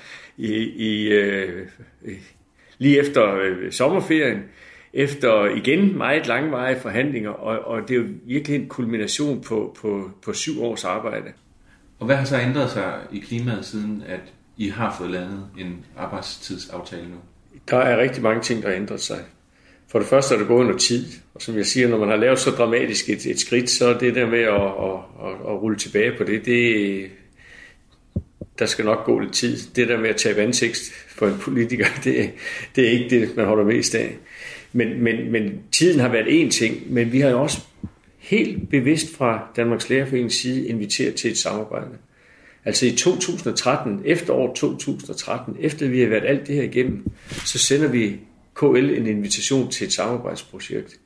lige efter sommerferien, efter igen meget langvarige forhandlinger, og det er jo virkelig en kulmination på 7 års arbejde. Og hvad har så ændret sig i klimaet, siden at I har fået landet en arbejdstidsaftale nu? Der er rigtig mange ting, der har ændret sig. For det første er det gået noget tid, og som jeg siger, når man har lavet så dramatisk et skridt, så er det der med at rulle tilbage på det, der skal nok gå lidt tid. Det der med at tabe ansigt for en politiker, det er ikke det, man holder mest af. Men tiden har været én ting, men vi har jo også helt bevidst fra Danmarks Lærerforenings side inviteret til et samarbejde. Altså i 2013, efterår 2013, efter vi har været alt det her igennem, så sender vi KL en invitation til et samarbejdsprojekt.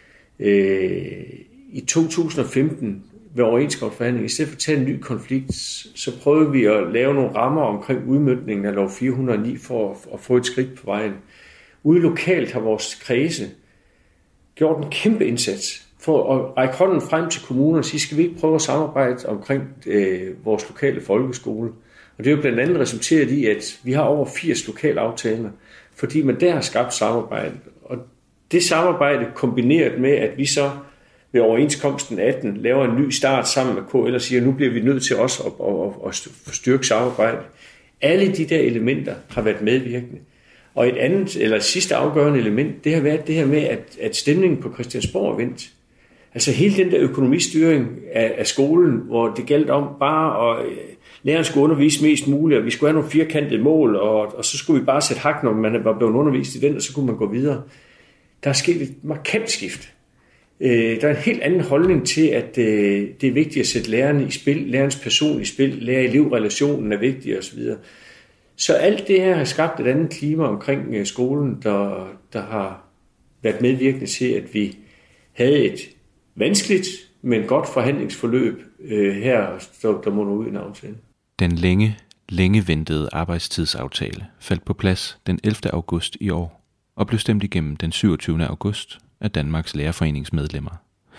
I 2015 ved overenskomstforhandling, i stedet for at tage en ny konflikt, så prøvede vi at lave nogle rammer omkring udmøntningen af lov 409 for at få et skridt på vejen. Ude lokalt har vores kredse gjort en kæmpe indsats for at række hånden frem til kommunerne og sige, skal vi ikke prøve at samarbejde omkring vores lokale folkeskole? Og det er jo blandt andet resulteret i, at vi har over 80 lokale aftaler, fordi man der har skabt samarbejde. Og det samarbejde kombineret med, at vi så ved overenskomsten 18 laver en ny start sammen med KL og siger, at nu bliver vi nødt til også at styrke samarbejdet. Alle de der elementer har været medvirkende. Og et andet, eller sidste afgørende element, det har været det her med, at stemningen på Christiansborg er vendt. Altså hele den der økonomistyring af skolen, hvor det galt om bare at læreren skulle undervise mest muligt, og vi skulle have nogle firkantede mål, og så skulle vi bare sætte hak, når man var blevet undervist i den, og så kunne man gå videre. Der er sket et markant skift. Der er en helt anden holdning til, at det er vigtigt at sætte lærerne i spil, lærerens person i spil, lærer-elev-relationen er vigtig osv. Så alt det her har skabt et andet klima omkring skolen, der har været medvirkende til, at vi havde et vanskeligt, men godt forhandlingsforløb her, der munder ud i en aftale. Den længe ventede arbejdstidsaftale faldt på plads den 11. august i år og blev stemt igennem den 27. august af Danmarks Lærerforenings medlemmer.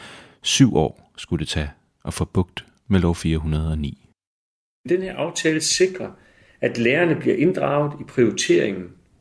7 år skulle det tage at få bugt med lov 409. Den her aftale sikrer, at lærerne bliver inddraget i prioriteringen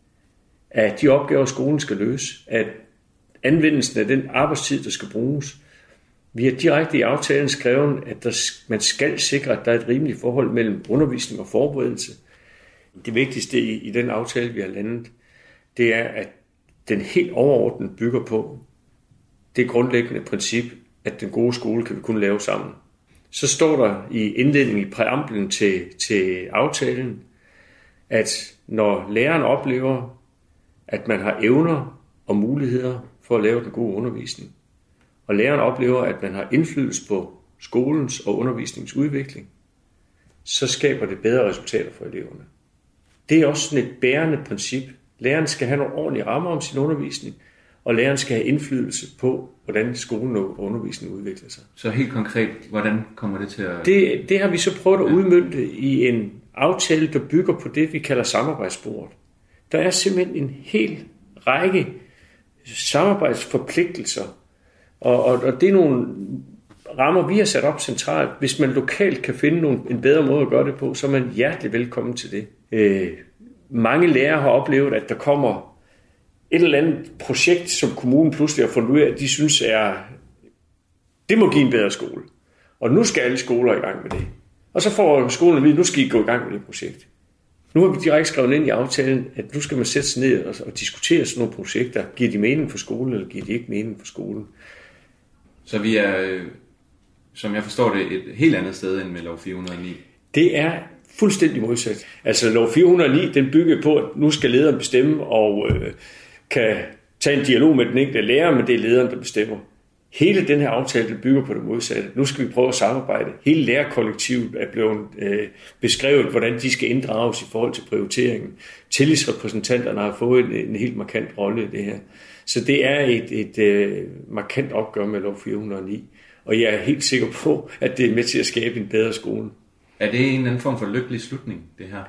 af de opgaver, skolen skal løse, at anvendelsen af den arbejdstid, der skal bruges. Vi har direkte i aftalen skrevet, at man skal sikre, at der er et rimeligt forhold mellem undervisning og forberedelse. Det vigtigste i den aftale, vi har landet, det er, at den helt overordnet bygger på det grundlæggende princip, at den gode skole kan vi kun lave sammen. Så står der i indledningen i præamblen til aftalen, at når læreren oplever, at man har evner og muligheder for at lave den gode undervisning, og læreren oplever, at man har indflydelse på skolens og undervisningsudvikling, så skaber det bedre resultater for eleverne. Det er også sådan et bærende princip. Læreren skal have nogle ordentlige rammer om sin undervisning, og læreren skal have indflydelse på, hvordan skolen og undervisningen udvikler sig. Så helt konkret, hvordan kommer det til at... Det har vi så prøvet at udmønte i en aftale, der bygger på det, vi kalder samarbejdssporet. Der er simpelthen en hel række samarbejdsforpligtelser, og det er nogle rammer, vi har sat op centralt. Hvis man lokalt kan finde en bedre måde at gøre det på, så er man hjertelig velkommen til det. Mange lærere har oplevet, at der kommer et eller andet projekt, som kommunen pludselig har fundet ud af, at de synes det må give en bedre skole. Og nu skal alle skoler i gang med det. Og så får skolen at vide, at nu skal I gå i gang med det projekt. Nu har vi direkte skrevet ind i aftalen, at nu skal man sætte sig ned og diskutere sådan nogle projekter. Giver de mening for skolen, eller giver de ikke mening for skolen? Så vi er, som jeg forstår det, et helt andet sted end med lov 409? Det er fuldstændig modsat. Altså lov 409, den bygger på, at nu skal lederen bestemme og kan tage en dialog med den enkelte lærer, men det er lederen, der bestemmer. Hele den her aftale, den bygger på det modsatte. Nu skal vi prøve at samarbejde. Hele lærerkollektivet er blevet beskrevet, hvordan de skal inddrages i forhold til prioriteringen. Tillidsrepræsentanterne har fået en helt markant rolle i det her. Så det er et markant opgør med lov 409. Og jeg er helt sikker på, at det er med til at skabe en bedre skole. Er det en eller anden form for lykkelig slutning, det her?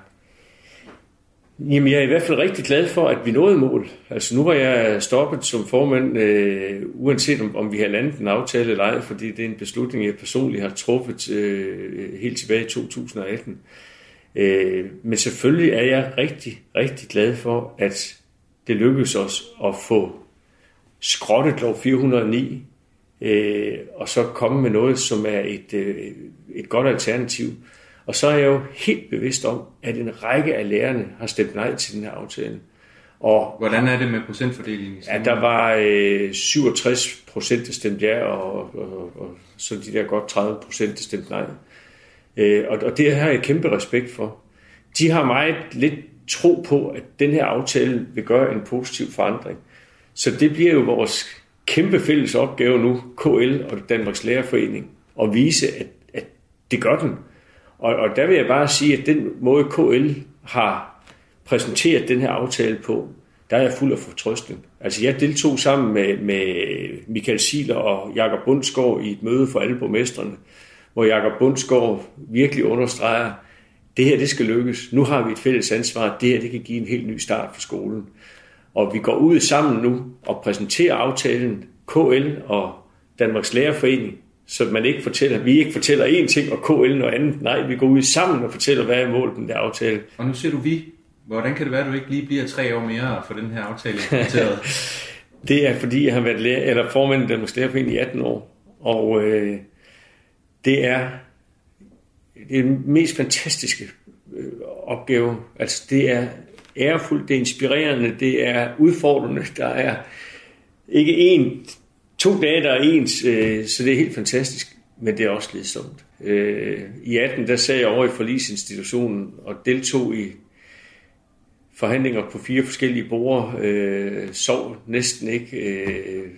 Jamen, jeg er i hvert fald rigtig glad for, at vi nåede mål. Altså, nu var jeg stoppet som formand, uanset om vi har landet en aftale eller ej, fordi det er en beslutning, jeg personligt har truffet helt tilbage i 2018. Men selvfølgelig er jeg rigtig, rigtig glad for, at det lykkedes os at få skrottet lov 409, og så komme med noget, som er et godt alternativ. Og så er jeg jo helt bevidst om, at en række af lærerne har stemt nej til den her aftale. Og hvordan er det med procentfordelingen? Ja, der var 67%, der stemte ja, og så de der godt 30%, der stemte nej. Og det har jeg kæmpe respekt for. De har meget lidt tro på, at den her aftale vil gøre en positiv forandring. Så det bliver jo vores kæmpe fælles opgave nu, KL og Danmarks Lærerforening, at vise, at det gør den. Og der vil jeg bare sige, at den måde KL har præsenteret den her aftale på, der er jeg fuld af fortrøstning. Altså jeg deltog sammen med Michael Ziegler og Jakob Bundsgaard i et møde for alle borgmestrene, hvor Jakob Bundsgaard virkelig understreger, det her det skal lykkes. Nu har vi et fælles ansvar. Det her det kan give en helt ny start for skolen. Og vi går ud sammen nu og præsenterer aftalen, KL og Danmarks Lærerforening, så man ikke fortæller, vi ikke fortæller én ting og KL noget andet. Nej, vi går ud sammen og fortæller, hvad er målet med den der aftale. Og nu siger du vi. Hvordan kan det være, at du ikke lige bliver 3 år mere for den her aftale implementeret? Det er, fordi jeg har været formand i Danmarks Lærerforening i 18 år. Og det er den mest fantastiske opgave. Altså det er ærefuldt, det er inspirerende, det er udfordrende. Der er ikke 2 dage, der er ens, så det er helt fantastisk, men det er også ledsomt. I 18, der sad jeg over i forligsinstitutionen og deltog i forhandlinger på 4 forskellige borde, sov næsten ikke.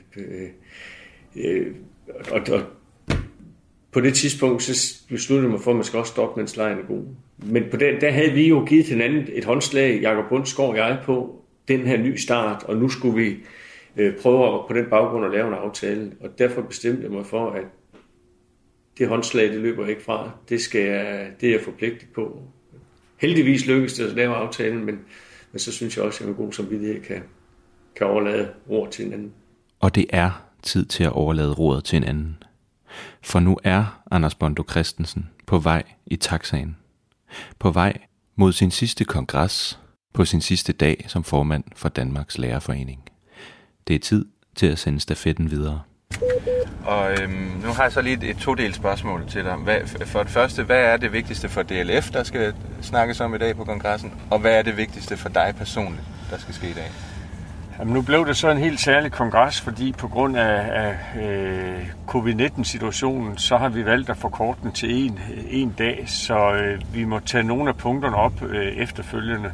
Og på det tidspunkt, så besluttede jeg mig for, at man skal også stoppe, mens lejen er god. Men på den, der havde vi jo givet hinanden et håndslag, Jakob Bundsgaard og jeg, på den her ny start, og nu skulle vi prøve på den baggrund at lave en aftale. Og derfor bestemte jeg mig for, at det håndslag, det løber ikke fra. Det er jeg forpligtet på. Heldigvis lykkedes det at lave aftalen, men så synes jeg også, at jeg med god samvittighed kan overlade ord til en anden. Og det er tid til at overlade roret til en anden. For nu er Anders Bondo Christensen på vej i taxaen. På vej mod sin sidste kongres, på sin sidste dag som formand for Danmarks Lærerforening. Det er tid til at sende stafetten videre. Og nu har jeg så lige et todelt spørgsmål til dig. For det første, hvad er det vigtigste for DLF, der skal snakkes om i dag på kongressen? Og hvad er det vigtigste for dig personligt, der skal ske i dag? Jamen, nu blev det så en helt særlig kongres, fordi på grund af covid-19-situationen, så har vi valgt at forkorte den til en dag, så vi må tage nogle af punkterne op efterfølgende.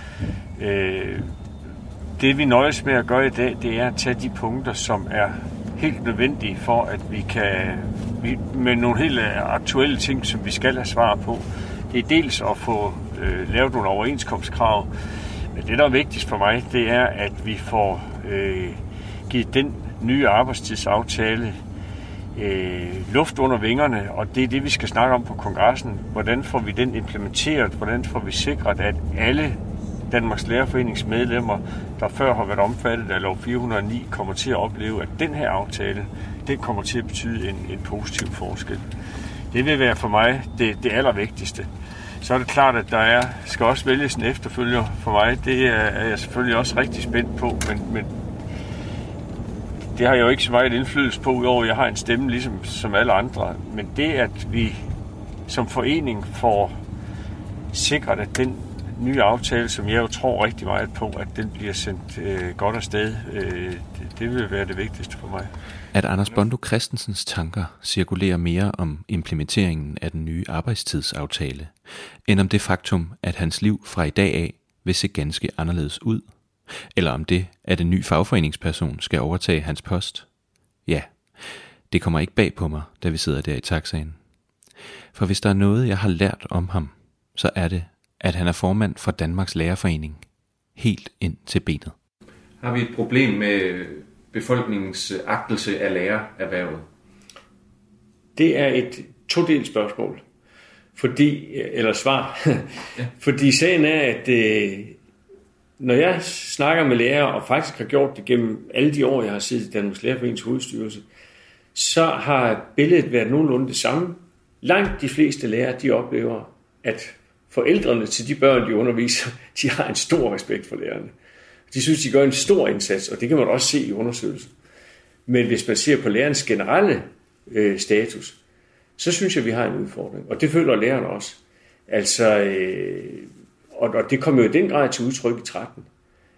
Det vi nøjes med at gøre i dag, det er at tage de punkter, som er helt nødvendige for, at vi med nogle helt aktuelle ting, som vi skal have svar på. Det er dels at få lavet nogle overenskomstkrav, men det, der er vigtigst for mig, det er, at vi får givet den nye arbejdstidsaftale luft under vingerne, og det er det, vi skal snakke om på kongressen. Hvordan får vi den implementeret? Hvordan får vi sikret, at alle Danmarks Lærerforenings medlemmer, der før har været omfattet af lov 409, kommer til at opleve, at den her aftale, den kommer til at betyde en positiv forskel. Det vil være for mig det allervigtigste. Så er det klart, at der skal også vælges en efterfølger for mig. Det er jeg selvfølgelig også rigtig spændt på, men det har jeg jo ikke så meget indflydelse på, udover at jeg har en stemme ligesom som alle andre. Men det, at vi som forening får sikret, at den nye aftale, som jeg jo tror rigtig meget på, at den bliver sendt godt afsted, det vil være det vigtigste for mig. At Anders Bondo Christensens tanker cirkulerer mere om implementeringen af den nye arbejdstidsaftale, end om det faktum, at hans liv fra i dag af vil se ganske anderledes ud, eller om det, at en ny fagforeningsperson skal overtage hans post. Ja, det kommer ikke bag på mig, da vi sidder der i taxaen. For hvis der er noget, jeg har lært om ham, så er det, at han er formand for Danmarks Lærerforening, helt ind til benet. Har vi et problem med befolkningens agtelse af lærererhvervet? Det er et todelt spørgsmål. Svar. Ja. Fordi sagen er, at når jeg snakker med lærere, og faktisk har gjort det gennem alle de år, jeg har siddet i Danmarks Lærerforenings hovedstyrelse, så har billedet været nogenlunde det samme. Langt de fleste lærere, de oplever, at forældrene til de børn, de underviser, de har en stor respekt for lærerne. De synes, de gør en stor indsats, og det kan man også se i undersøgelser. Men hvis man ser på lærernes generelle status, så synes jeg, vi har en udfordring. Og det føler lærerne også. Altså, og det kommer jo i den grad til udtryk i 13.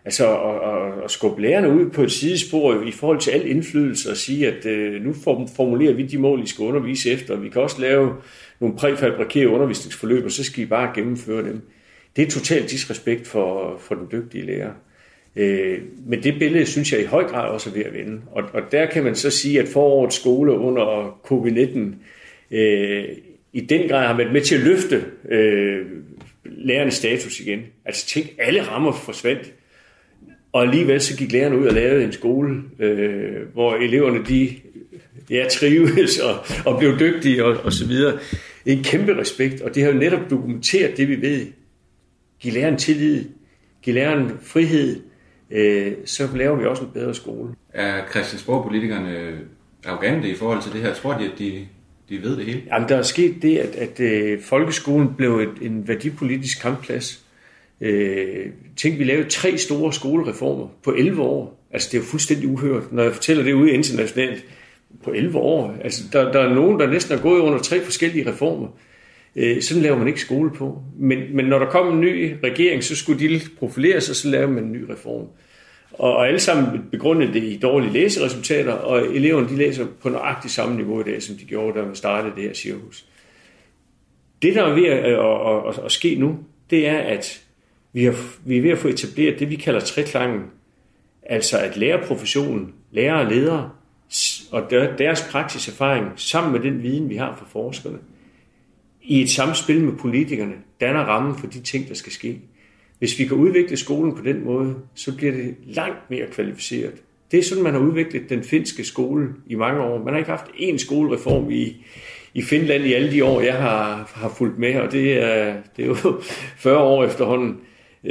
Altså at skubbe lærerne ud på et sidespor i forhold til al indflydelse og sige, at nu formulerer vi de mål, I skal undervise efter, og vi kan også lave nogle præfabrikerede undervisningsforløb, og så skal I bare gennemføre dem. Det er totalt disrespekt for den dygtige lærer. Men det billede, synes jeg i høj grad også er ved at vende. Og der kan man så sige, at forårets skole under covid-19 i den grad har været med til at løfte lærernes status igen. Altså tænk, alle rammer forsvandt. Og alligevel så gik lærerne ud og lavede en skole, hvor eleverne trives og blev dygtige og så videre. En kæmpe respekt, og det har jo netop dokumenteret det, vi ved. Giv læreren tillid, giv læreren frihed, så laver vi også en bedre skole. Er Christiansborg-politikerne arrogante i forhold til det her? Tror de, at de ved det hele? Jamen, der er sket det, at folkeskolen blev en værdipolitisk kampplads. Tænk, vi lavede 3 store skolereformer på 11 år. Altså, det er jo fuldstændig uhørt, når jeg fortæller det ude internationalt. På 11 år. Altså, der er nogen, der næsten er gået under 3 forskellige reformer. Sådan laver man ikke skole på. Men når der kom en ny regering, så skulle de profileres, og så lavede man en ny reform. Og alle sammen begrundede det i dårlige læseresultater, og eleverne de læser på nøjagtigt samme niveau i dag, som de gjorde, da man startede det her cirkus. Det, der er ved at ske nu, det er, at vi er ved at få etableret det, vi kalder treklangen. Altså at lærerprofessionen, lærere og ledere, og deres praksiserfaring, sammen med den viden, vi har fra forskerne, i et samspil med politikerne, danner rammen for de ting, der skal ske. Hvis vi kan udvikle skolen på den måde, så bliver det langt mere kvalificeret. Det er sådan, man har udviklet den finske skole i mange år. Man har ikke haft én skolereform i Finland i alle de år, jeg har fulgt med, og det er jo 40 år efterhånden.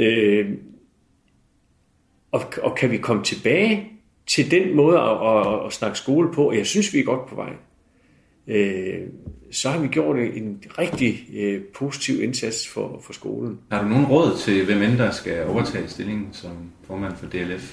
Og kan vi komme tilbage til den måde at snakke skole på, og jeg synes, vi er godt på vej, så har vi gjort en rigtig positiv indsats for skolen. Har du nogen råd til, hvem end der skal overtage stillingen som formand for DLF?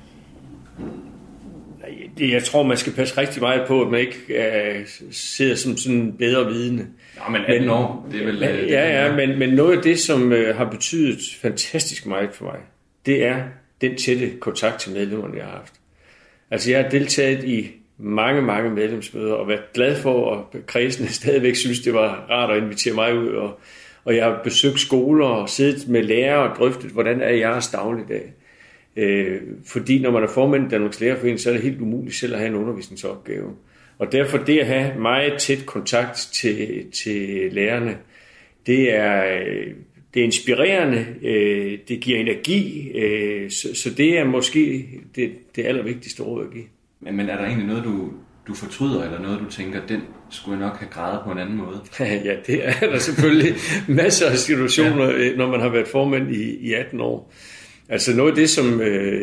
Jeg tror, man skal passe rigtig meget på, at man ikke sidder som sådan en bedre vidne. Ja, men 18 år, det er vel... Men noget af det, som har betydet fantastisk meget for mig, det er den tætte kontakt til medlemmerne, jeg har haft. Altså, jeg har deltaget i mange medlemsmøder og været glad for, at kredsene stadigvæk synes, det var rart at invitere mig ud. Og jeg har besøgt skoler og siddet med lærere og drøftet, hvordan er jeres dagligdag. Fordi når man er formand i Danmarks Lærerforening, så er det helt umuligt selv at have en undervisningsopgave. Og derfor det at have meget tæt kontakt til lærerne, det er inspirerende, det giver energi, så det er måske det allervigtigste råd at give. Men er der egentlig noget, du fortryder, eller noget, du tænker, den skulle jeg nok have gradet på en anden måde? Ja, det er der selvfølgelig masser af situationer, når man har været formand i 18 år. Altså noget af det, som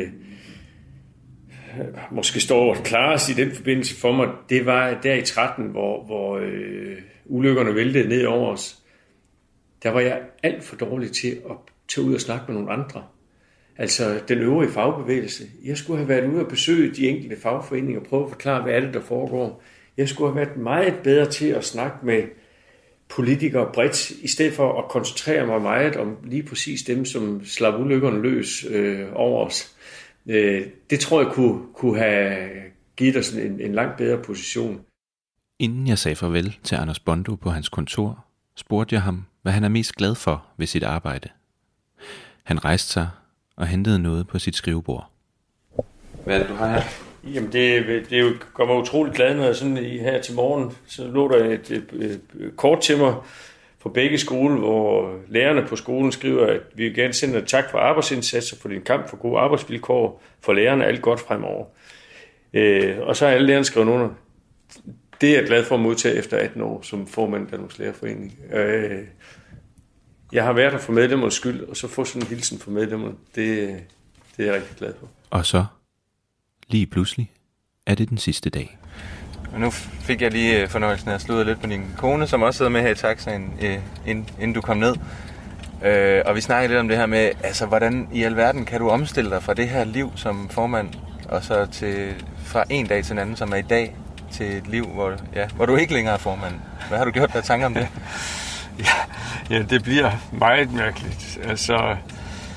måske står klarest i den forbindelse for mig, det var der i 13, hvor ulykkerne væltede ned over os. Der var jeg alt for dårlig til at tage ud og snakke med nogle andre. Altså den øvrige fagbevægelse. Jeg skulle have været ude og besøge de enkelte fagforeninger og prøve at forklare, hvad er det, der foregår. Jeg skulle have været meget bedre til at snakke med politikere bredt, i stedet for at koncentrere mig meget om lige præcis dem, som slap ulykkerne løs over os. Det tror jeg kunne have givet os en langt bedre position. Inden jeg sagde farvel til Anders Bondo på hans kontor, spurgte jeg ham, hvad han er mest glad for ved sit arbejde. Han rejste sig og hentede noget på sit skrivebord. Hvad er det, du har her? Jamen, det gør mig utroligt glad, når jeg sådan her til morgen, så lå der et kort til mig fra begge skole, hvor lærerne på skolen skriver, at vi vil gerne sende tak for arbejdsindsatser, for din kamp for gode arbejdsvilkår, for lærerne alt godt fremover. Og så har alle lærerne skrevet under. Det er jeg glad for at modtage efter 18 år som formand af Danmarks Lærerforening. Jeg har været her for medlemmernes skyld, og så få sådan en hilsen fra medlemmerne, det er jeg rigtig glad for. Og så, lige pludselig, er det den sidste dag. Og nu fik jeg lige fornøjelsen af at sludre lidt på din kone, som også sidder med her i taxaen, inden du kom ned. Og vi snakkede lidt om det her med, altså hvordan i alverden kan du omstille dig fra det her liv som formand, og så fra en dag til en anden, som er i dag, til et liv, hvor du ikke længere er formand. Hvad har du gjort der tanker om det? Ja, det bliver meget mærkeligt. Altså,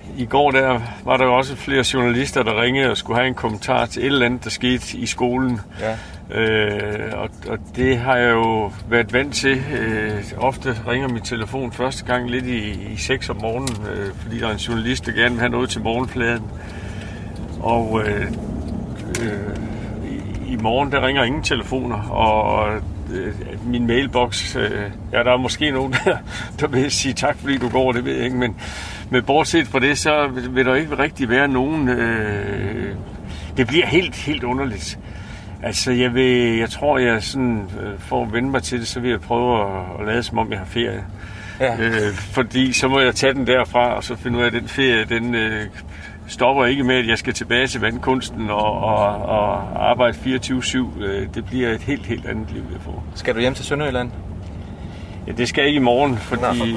i går der var der også flere journalister, der ringede og skulle have en kommentar til et eller andet, der skete i skolen. Ja. Og det har jeg jo været vant til. Ofte ringer min telefon første gang lidt i 6 om morgenen, fordi der er en journalist, der gerne vil have noget til morgenfladen. Og i morgen, der ringer ingen telefoner, og min mailbox, ja, der er måske nogen, der vil sige tak, fordi du går, det ved jeg ikke, men bortset fra det, så vil der ikke rigtig være nogen, det bliver helt underligt. Altså, jeg tror, jeg sådan, for at vende mig til det, så vil jeg prøve at lade som om, jeg har ferie. Ja. Fordi så må jeg tage den derfra, og så finde ud af, at den ferie, den stopper ikke med, at jeg skal tilbage til vandkunsten og arbejde 24/7. Det bliver et helt andet liv, jeg får. Skal du hjem til Sønderjylland? Ja, det skal jeg ikke i morgen, fordi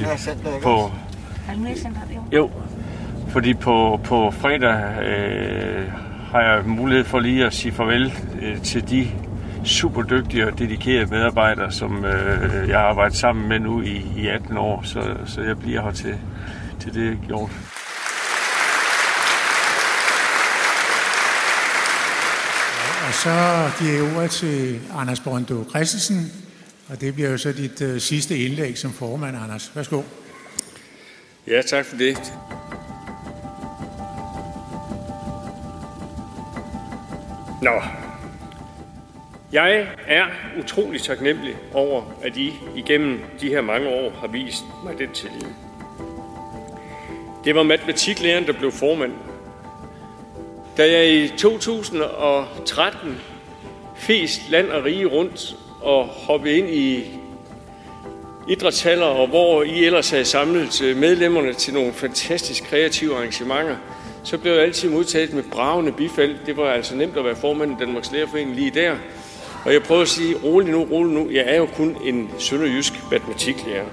fordi på fredag har jeg mulighed for lige at sige farvel til de super dygtige og dedikerede medarbejdere, som jeg har arbejdet sammen med nu i 18 år, så jeg bliver her til det gjort. Og så giver jeg ordet til Anders Bondo Christensen, og det bliver jo så dit sidste indlæg som formand, Anders. Værsgo. Ja, tak for det. Nå, jeg er utrolig taknemmelig over, at I igennem de her mange år har vist mig den tillid. Det var matematiklæreren, der blev formand. Da jeg i 2013 fest land og rige rundt og hoppede ind i idrætshaller, og hvor I ellers havde samlet medlemmerne til nogle fantastisk kreative arrangementer, så blev jeg altid modtaget med bragende bifald. Det var altså nemt at være formand i Danmarks Lærerforening lige der. Og jeg prøver at sige, rolig nu, jeg er jo kun en sønderjysk matematiklærer.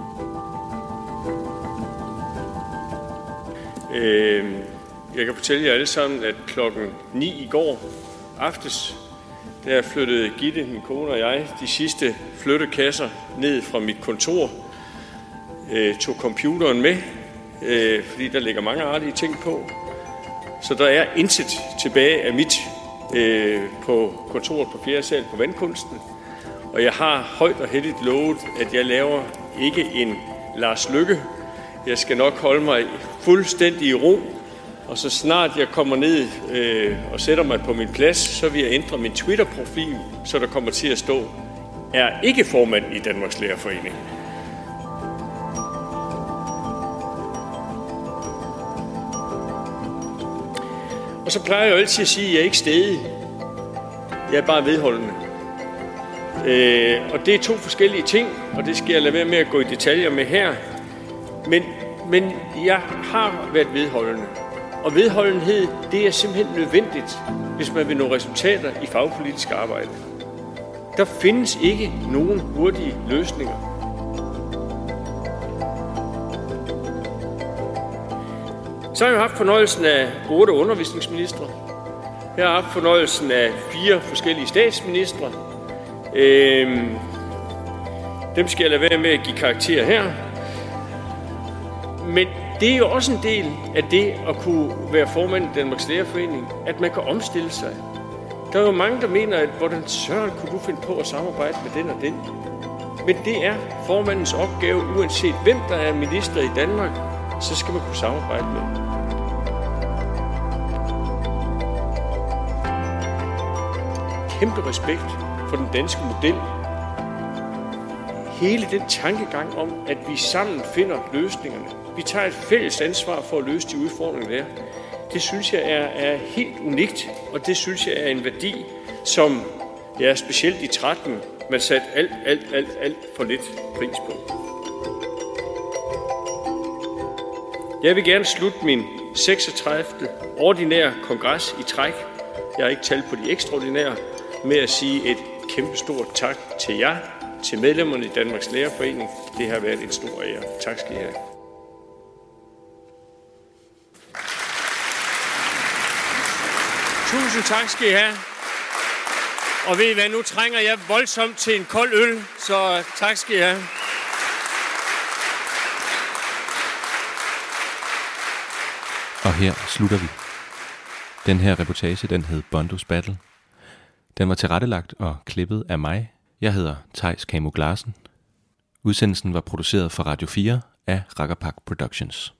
Jeg kan fortælle jer alle sammen, at klokken 9 i går aftes, der flyttede Gitte, min kone og jeg, de sidste flyttekasser ned fra mit kontor. Tog computeren med, fordi der ligger mange artige ting på. Så der er intet tilbage af mit på kontoret på 4. sal på vandkunsten. Og jeg har højt og heldigt lovet, at jeg laver ikke en Lars Løkke. Jeg skal nok holde mig fuldstændig i ro. Og så snart jeg kommer ned og sætter mig på min plads, så vil jeg ændre min Twitter-profil, så der kommer til at stå, er ikke formand i Danmarks Lærerforening. Og så plejer jeg jo altid at sige, at jeg er ikke stædig. Jeg er bare vedholdende. Og det er 2 forskellige ting, og det skal jeg lade være med at gå i detaljer med her. Men jeg har været vedholdende. Og vedholdenhed, det er simpelthen nødvendigt, hvis man vil nå resultater i fagpolitisk arbejde. Der findes ikke nogen hurtige løsninger. Så har jeg haft fornøjelsen af 8 undervisningsministre. Jeg har haft fornøjelsen af 4 forskellige statsministre. Dem skal jeg lade være med at give karakter her. Men det er jo også en del af det at kunne være formand i Danmarks Lærerforening, at man kan omstille sig. Der er jo mange, der mener, at hvordan søren kunne du finde på at samarbejde med den og den. Men det er formandens opgave, uanset hvem der er minister i Danmark, så skal man kunne samarbejde med. Kæmpe respekt for den danske model. Hele den tankegang om, at vi sammen finder løsningerne. Vi tager et fælles ansvar for at løse de udfordringer, der er. Det synes jeg er helt unikt, og det synes jeg er en værdi, som jeg specielt i 13, man satte alt for lidt pris på. Jeg vil gerne slutte min 36. ordinære kongres i træk. Jeg har ikke talt på de ekstraordinære, med at sige et kæmpestort tak til jer, til medlemmerne i Danmarks Lærerforening. Det har været en stor ære. Tak skal I have. Tusind tak skal I have. Og ved I hvad, nu trænger jeg voldsomt til en kold øl, så tak skal I have. Og her slutter vi. Den her reportage, den hed Bondos Battle. Den var tilrettelagt og klippet af mig. Jeg hedder Theis Kamo Glarsen. Udsendelsen var produceret for Radio 4 af Rakkerpak Productions.